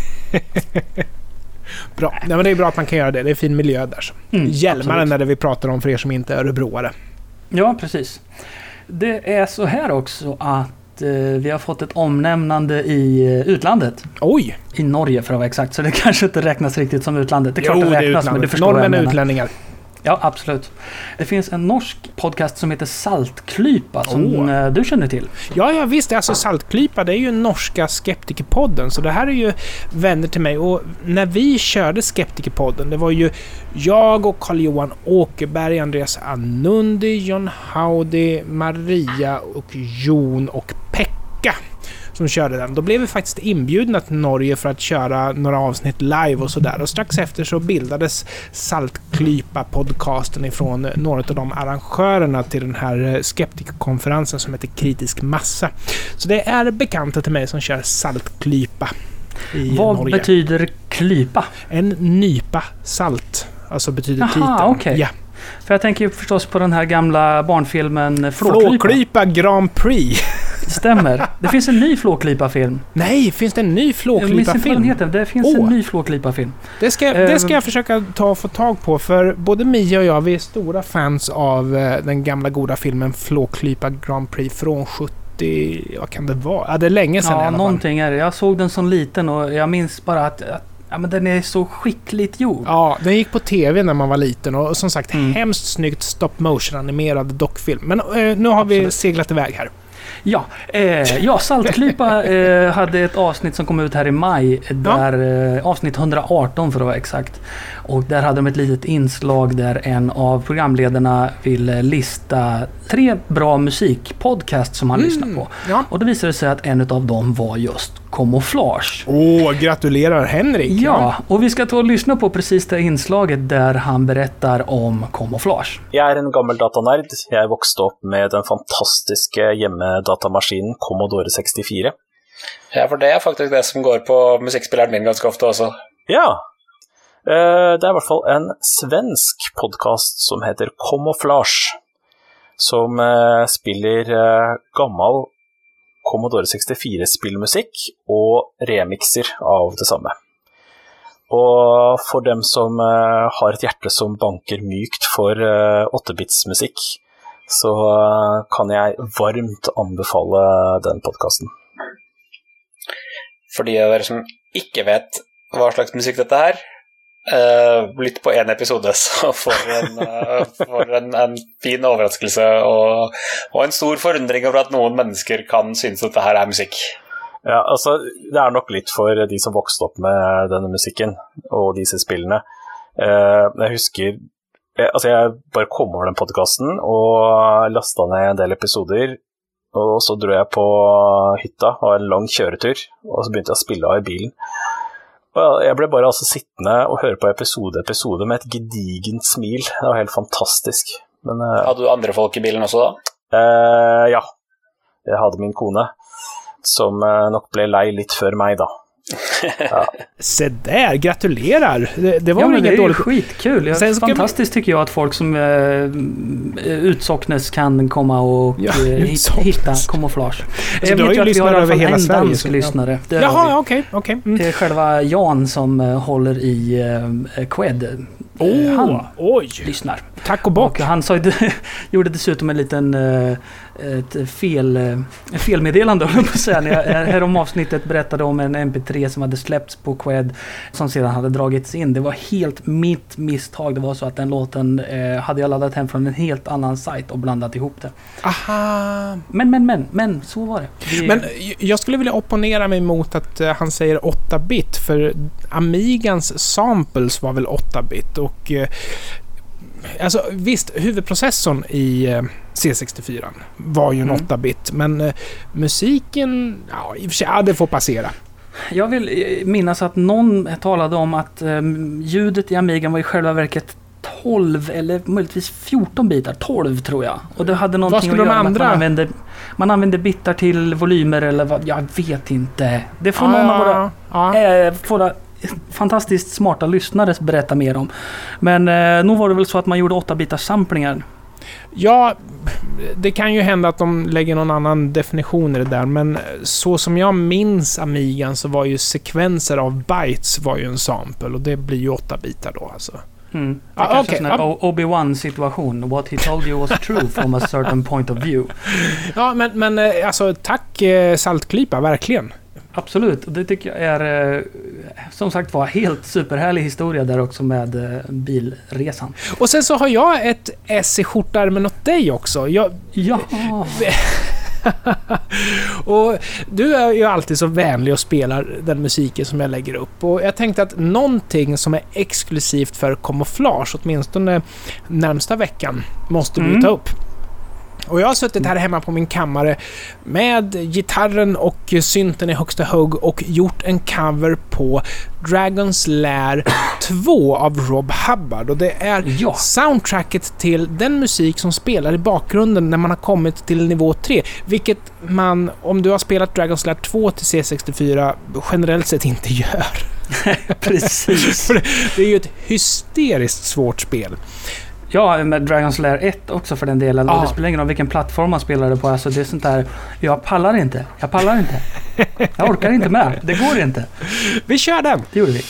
Bra. Nej, men det är bra att man kan göra det. Det är fin miljö där. Hjälmaren är det vi pratar om för er som inte är örebroare. Ja, precis. Det är så här också att vi har fått ett omnämnande i utlandet. Oj! I Norge för att vara exakt. Så det kanske inte räknas riktigt som utlandet. Det är klart det räknas, men du förstår Norrmän är utlänningar. Ja, absolut. Det finns en norsk podcast som heter Saltklypa som du känner till. Ja, visst. Alltså Saltklypa, det är ju norska Skeptikerpodden. Så det här är ju vänner till mig. Och när vi körde Skeptikerpodden, det var ju jag och Carl-Johan Åkerberg, Andreas Anundi, John Howdy, Maria och Jon och Pekka som körde den. Då blev vi faktiskt inbjudna till Norge för att köra några avsnitt live och sådär. Och strax efter så bildades Saltklypa-podcasten ifrån några av de arrangörerna till den här skeptikerkonferensen som heter Kritisk Massa. Så det är bekanta till mig som kör Saltklypa i Vad Norge. betyder klypa? En nypa salt. Alltså betyder titeln. Aha, okej. Ja. För jag tänker ju förstås på den här gamla barnfilmen Flåklypa Grand Prix. Stämmer. Det finns en ny Flåklypa-film. Nej, finns det en ny Flåklypa-film? Det finns en ny Flåklypa-film. Det ska jag försöka få tag på, för både Mia och jag, vi är stora fans av den gamla goda filmen Flåklypa Grand Prix från 70... Vad kan det vara? Ja, det är länge sedan i alla fall. Någonting är det. Jag såg den som liten och jag minns bara att men den är så skickligt gjord. Ja, den gick på tv när man var liten och som sagt hemskt snyggt stop motion animerad dockfilm. Men nu har vi seglat iväg här. Ja, Saltklypa hade ett avsnitt som kom ut här i maj, där avsnitt 118 för att vara exakt. Och där hade de ett litet inslag där en av programledarna ville lista 3 bra musikpodcasts som han lyssnar på. Ja. Och då visade det sig att en av dem var just Camouflage. Gratulerar Henrik! Ja, och vi ska ta och lyssna på precis det inslaget där han berättar om Camouflage. Jag är en gammal datanörd. Jag växte upp med den fantastiska hemmedatamaskinen Commodore 64. Ja, för det är faktiskt det som går på musikspelaren min ganska ofta också. Ja, det är i alla fall en svensk podcast som heter Camouflage, som spelar gammal Commodore 64-spillmusik och remixer av detsamma. Och för dem som har ett hjärta som banker mjukt för 8-bits-musik, så kan jag varmt anbefala den podcasten. För de av er som inte vet vad slags musik detta är, lytt på en episode, så får en fin överraskelse och en stor förundring över att någon människor kan synes att det här är musik. Ja, alltså det är nog lite för de som växte upp med den musiken och dessa spelene. Jag husker, alltså jag bara kom över den podcasten och lastade ner en del episoder, och så drog jag på hytta och en lång körtur, och så började jag spela i bilen. Och jag blev bara alltså sittande och höra på episode med ett gedigent smil. Det var helt fantastiskt. Men hade du andra folk i bilen också då? Ja. Jag hade min kone som nog blev lei lite för mig då. Ja. Se där, gratulerar. Det var inget dåligt. Skitkul. Det är fantastiskt tycker jag att folk som utsocknes kan komma och hitta Camouflage. Jag vet ju att vi har över hela Sverige dansk lyssnare. Jaha, okej. Det är själva Jan som håller i Qued. Han lyssnar. Tack och bock. Och han gjorde dessutom en liten felmeddelande, om jag säga. Här om avsnittet berättade om en MP3 som hade släppts på Qued som sedan hade dragits in. Det var helt mitt misstag. Det var så att den låten hade jag laddat hem från en helt annan sajt och blandat ihop det. Aha. Men så var det. Men jag skulle vilja opponera mig mot att han säger 8-bit, för Amigans samples var väl 8-bit, och alltså visst, huvudprocessorn i C64 var ju en 8-bit, men musiken, i och för sig, det får passera. Jag vill minnas att någon talade om att ljudet i Amigan var i själva verket 12 eller möjligtvis 14 bitar, 12 tror jag. Och det hade någonting att göra med att man använde bitar till volymer eller vad, jag vet inte. Det får någon av våra fantastiskt smarta lyssnare berätta mer om. Men nog var det väl så att man gjorde 8-bitars samplingar. Ja, det kan ju hända att de lägger någon annan definition i det där, men så som jag minns Amigan så var ju sekvenser av bytes var ju en sample, och det blir ju 8-bitar då alltså. Obi-Wan situation. What he told you was true from a certain point of view. Ja, men alltså tack Saltklypa, verkligen. Absolut, det tycker jag är som sagt var helt superhärlig historia där också med bilresan. Och sen så har jag ett S i skjortärmen åt dig också. Ja. Och du är ju alltid så vänlig och spelar den musiken som jag lägger upp, och jag tänkte att någonting som är exklusivt för Camouflage, åtminstone närmsta veckan, måste du ta upp. Och jag har suttit här hemma på min kammare med gitarren och synten i högsta hugg och gjort en cover på Dragon's Lair 2 av Rob Hubbard. Och det är soundtracket till den musik som spelar i bakgrunden när man har kommit till nivå 3. Vilket man, om du har spelat Dragon's Lair 2 till C64, generellt sett inte gör. Precis. För det är ju ett hysteriskt svårt spel. Ja, med Dragon's Lair 1 också för den delen. Och det spelar ingen roll vilken plattform man spelar det på. Alltså det är sånt där, jag pallar inte. Jag orkar inte med. Det går inte. Vi kör den! Det gjorde vi.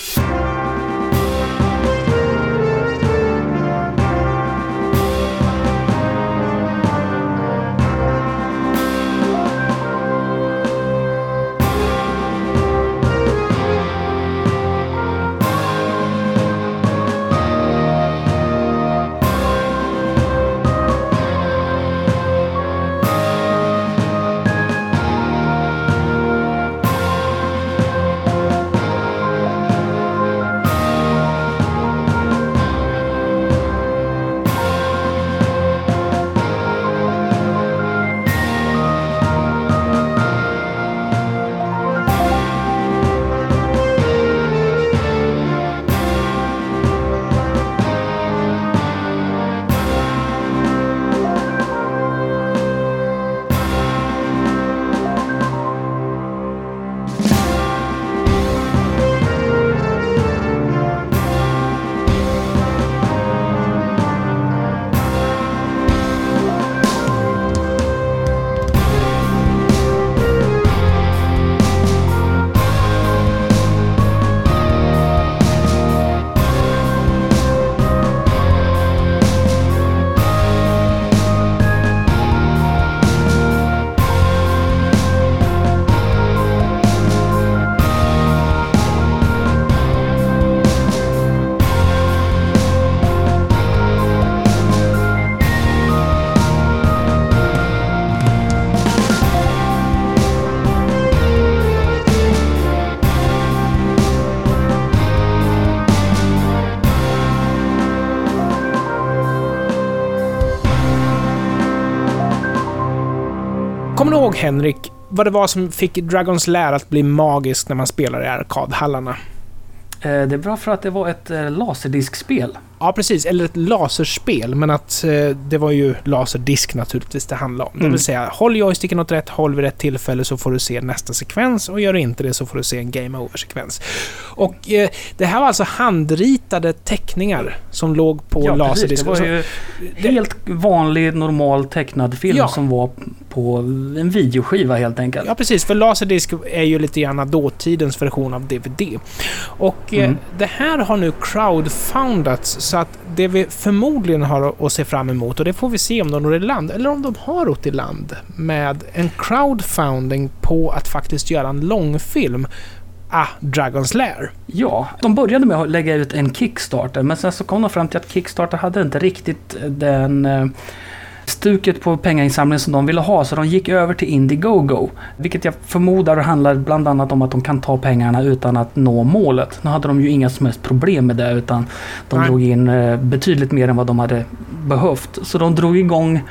ihåg, Henrik, vad det var som fick Dragon's Lair att bli magisk när man spelar i arkadhallarna? Det är bra för att det var ett laserdiskspel. Ja, precis. Eller ett laserspel. Men att det var ju laserdisk naturligtvis det handlar om. Det vill säga, håll joysticken åt rätt håll vid rätt tillfälle så får du se nästa sekvens. Och gör du inte det så får du se en game over-sekvens. Och det här var alltså handritade teckningar som låg på laserdisk. Det var ju helt vanlig, normal tecknad film som var på en videoskiva helt enkelt. Ja, precis. För laserdisk är ju lite grann dåtidens version av DVD. Och det här har nu crowdfundats. Så att det vi förmodligen har att se fram emot, och det får vi se om de når i land, eller om de har åt i land, med en crowdfunding på att faktiskt göra en långfilm, Dragon's Lair. Ja, de började med att lägga ut en Kickstarter, men sen så kom de fram till att Kickstarter hade inte riktigt den stuket på pengainsamlingen som de ville ha, så de gick över till Indiegogo, vilket jag förmodar handlar bland annat om att de kan ta pengarna utan att nå målet. Nu hade de ju inga som helst problem med det, utan de drog in betydligt mer än vad de hade behövt. Så de drog igång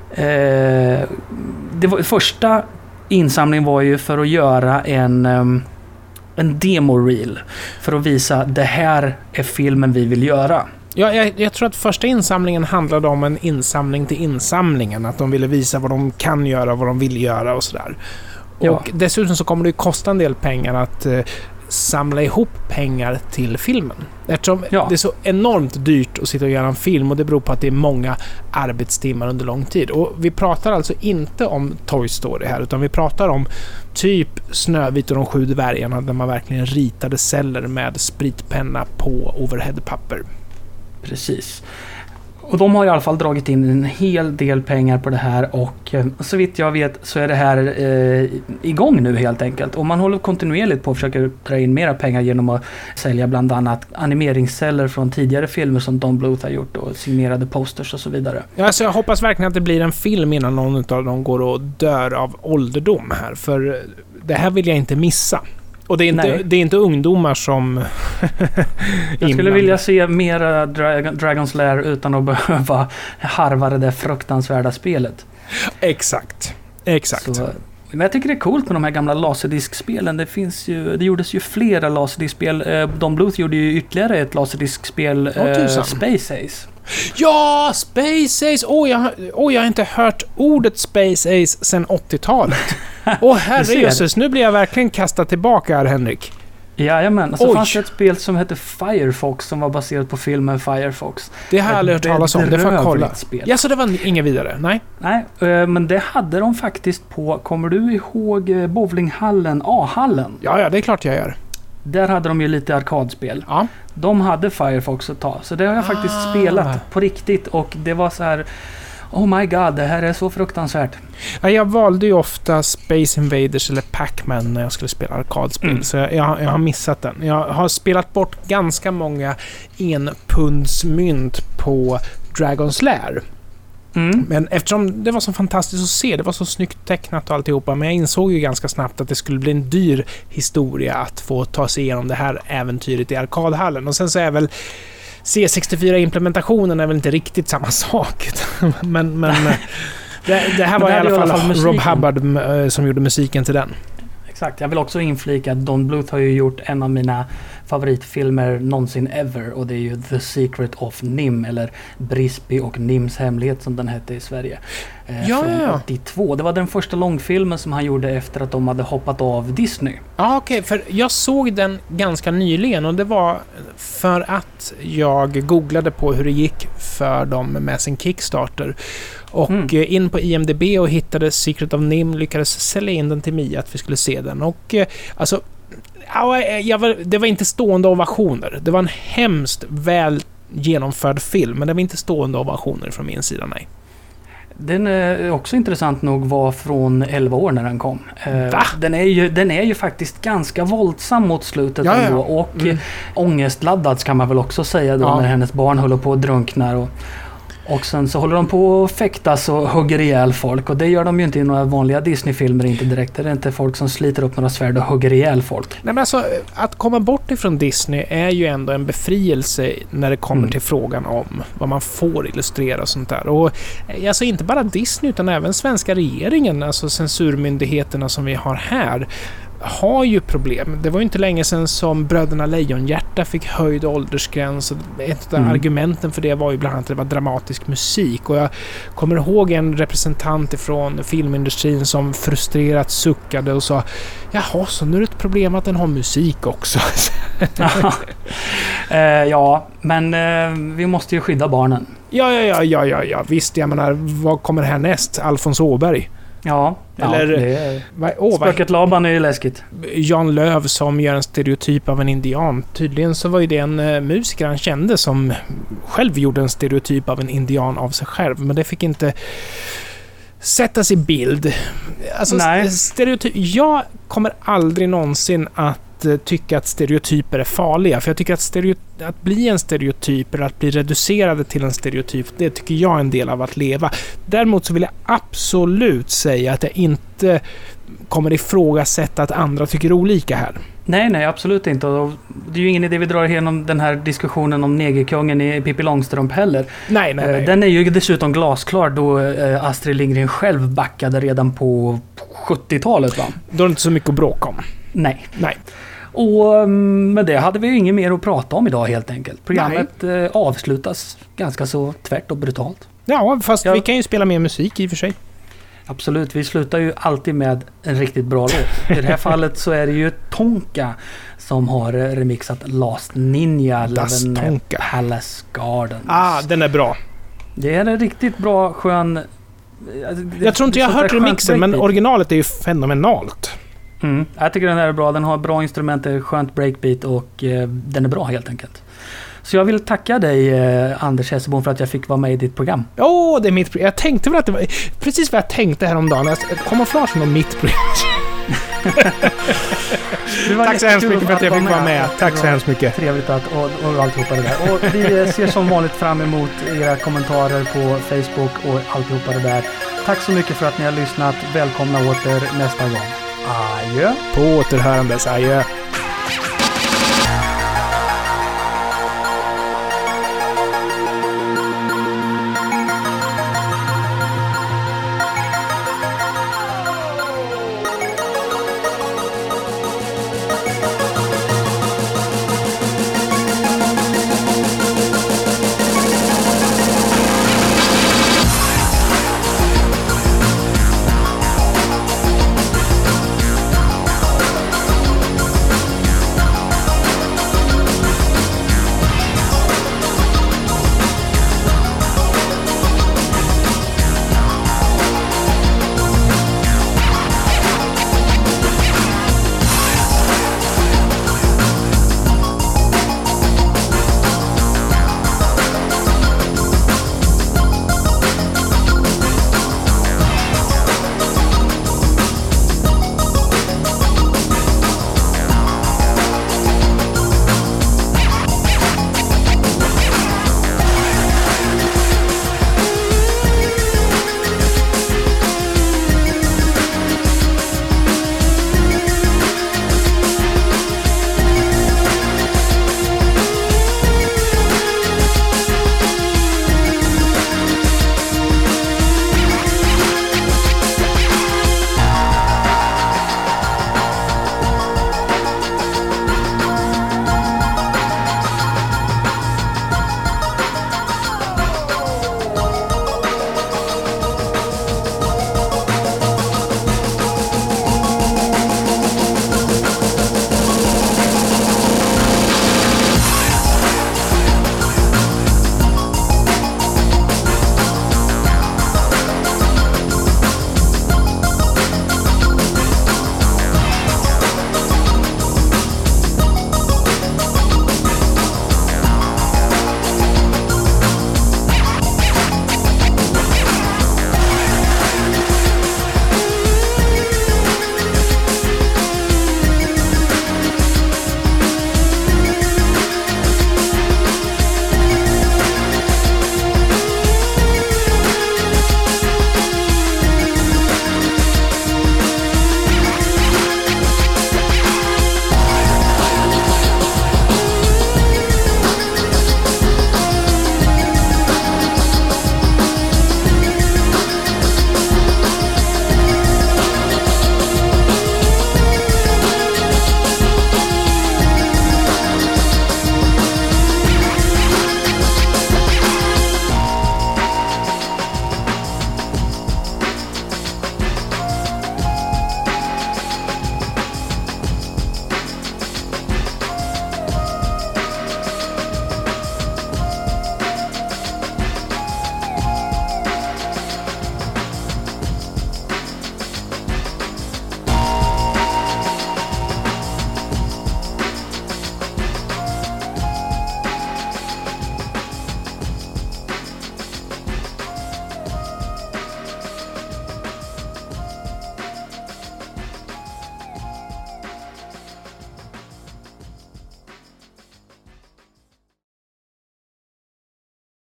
första insamlingen var ju för att göra en demo-reel för att visa det här är filmen vi vill göra. Ja, jag tror att första insamlingen handlade om en insamling till insamlingen. Att de ville visa vad de kan göra, vad de vill göra och sådär. Och dessutom så kommer det ju kosta en del pengar att samla ihop pengar till filmen. Eftersom det är så enormt dyrt att sitta och göra en film, och det beror på att det är många arbetstimmar under lång tid. Och vi pratar alltså inte om Toy Story här, utan vi pratar om typ Snövit och de 7 dvärgarna, där man verkligen ritade celler med spritpenna på overheadpapper. Precis. Och de har i alla fall dragit in en hel del pengar på det här, och så vitt jag vet så är det här igång nu helt enkelt. Och man håller kontinuerligt på att försöka dra in mera pengar genom att sälja bland annat animeringsceller från tidigare filmer som Don Bluth har gjort och signerade posters och så vidare. Ja, så jag hoppas verkligen att det blir en film innan någon av dem går och dör av ålderdom här, för det här vill jag inte missa. Och det är inte ungdomar som... Jag skulle vilja se mera Dragon's Lair utan att behöva harva det där fruktansvärda spelet. Exakt. Så, men jag tycker det är coolt med de här gamla laserdiskspelen. Det gjordes ju flera laserdiskspel. Don Bluth gjorde ju ytterligare ett laserdiskspel, Space Ace. Ja, Space Ace! Jag har inte hört ordet Space Ace sedan 80-talet. Herrejösses, nu blir jag verkligen kastad tillbaka här, Henrik. Jajamän, så fanns det ett spel som hette Firefox som var baserat på filmen Firefox. Det har jag aldrig hört talas om, det får jag kolla. Ja, så det var inga vidare, nej? Nej, men det hade de faktiskt på, kommer du ihåg bowlinghallen, A-hallen? Ja, det är klart jag gör. Där hade de ju lite arkadspel. Ja. De hade Firefox att ta, så det har jag faktiskt spelat på riktigt, och det var så här... Oh my god, det här är så fruktansvärt. Ja, jag valde ju ofta Space Invaders eller Pac-Man när jag skulle spela arkadspel. Så jag har missat den. Jag har spelat bort ganska många enpundsmynt på Dragon's Lair. Men eftersom det var så fantastiskt att se, det var så snyggt tecknat och alltihopa, men jag insåg ju ganska snabbt att det skulle bli en dyr historia att få ta sig igenom det här äventyret i arkadhallen. Och sen så är väl C64-implementationen är väl inte riktigt samma sak. men det här var i alla fall Rob Hubbard som gjorde musiken till den. Exakt, jag vill också inflika att Don Bluth har ju gjort en av mina favoritfilmer någonsin ever, och det är ju The Secret of Nim, eller Brisby och Nims hemlighet som den hette i Sverige. Från 82. Det var den första långfilmen som han gjorde efter att de hade hoppat av Disney. Ja, okej, för jag såg den ganska nyligen, och det var för att jag googlade på hur det gick för dem med sin Kickstarter. Och in på IMDb och hittade Secret of Nim, lyckades sälja in den till Mia att vi skulle se den. Och alltså, det var inte stående ovationer. Det var en hemskt väl genomförd film, men det var inte stående ovationer från min sida, nej. Den är också intressant nog var från 11 år när den kom. Den är ju faktiskt ganska våldsam mot slutet ändå, och ångestladdad kan man väl också säga då, när hennes barn håller på att drunkna. Och sen så håller de på att fäktas och hugger ihjäl folk. Och det gör de ju inte i några vanliga Disney-filmer, inte direkt. Det är inte folk som sliter upp några svärd och hugger ihjäl folk. Nej, men alltså, att komma bort ifrån Disney är ju ändå en befrielse när det kommer till frågan om vad man får illustrera och sånt där. Och alltså inte bara Disney utan även svenska regeringen, alltså censurmyndigheterna som vi har här, har ju problem. Det var ju inte länge sedan som Bröderna Lejonhjärta fick höjd åldersgräns. Ett av argumenten för det var ju bland annat att det var dramatisk musik. Och jag kommer ihåg en representant ifrån filmindustrin som frustrerat suckade och sa: jaha, så nu är det ett problem att den har musik också. Ja, men vi måste ju skydda barnen. Ja, visst. Jag menar, vad kommer härnäst? Alfons Åberg? Ja, eller Spöket Laban är ju läskigt. Jan Löv som gör en stereotyp av en indian. Tydligen så var ju det en musiker han kände som själv gjorde en stereotyp av en indian av sig själv. Men det fick inte sättas i bild. Alltså, stereotyp. Jag kommer aldrig någonsin att tycka att stereotyper är farliga. För jag tycker att bli en stereotyp eller att bli reducerade till en stereotyp, det tycker jag är en del av att leva. Däremot så vill jag absolut säga att jag inte kommer ifrågasätta att andra tycker olika här. Nej, absolut inte. Och det är ju ingen idé vi drar igenom den här diskussionen om negerkungen i Pippi Långstrump heller. Nej. Den är ju dessutom glasklar då Astrid Lindgren själv backade redan på 70-talet, va? Då är det inte så mycket att bråka om. Nej. Och med det hade vi ju inget mer att prata om idag helt enkelt. Programmet avslutas ganska så tvärt och brutalt. Ja, fast vi kan ju spela mer musik i och för sig. Absolut, vi slutar ju alltid med en riktigt bra låt. I det här fallet så är det ju Tonka som har remixat Last Ninja, Tonka Palace Gardens. Den är bra. Det är en riktigt bra, skön... Jag tror inte jag har hört remixen, men originalet är ju fenomenalt. Jag tycker den här är bra. Den har bra instrument, skönt breakbeat och den är bra helt enkelt. Så jag vill tacka dig, Anders Hessebom, för att jag fick vara med i ditt program. Det är mitt program. Jag tänkte väl att det var precis vad jag tänkte häromdagen. Kamouflage var mitt program. Tack så hemskt mycket för att jag fick vara med. Tack så hemskt mycket. Trevligt att och alltihopa det där. Och vi ser som vanligt fram emot era kommentarer på Facebook och alltihopa det där. Tack så mycket för att ni har lyssnat. Välkomna åter nästa gång. Adjö. På återhörandes, adjö.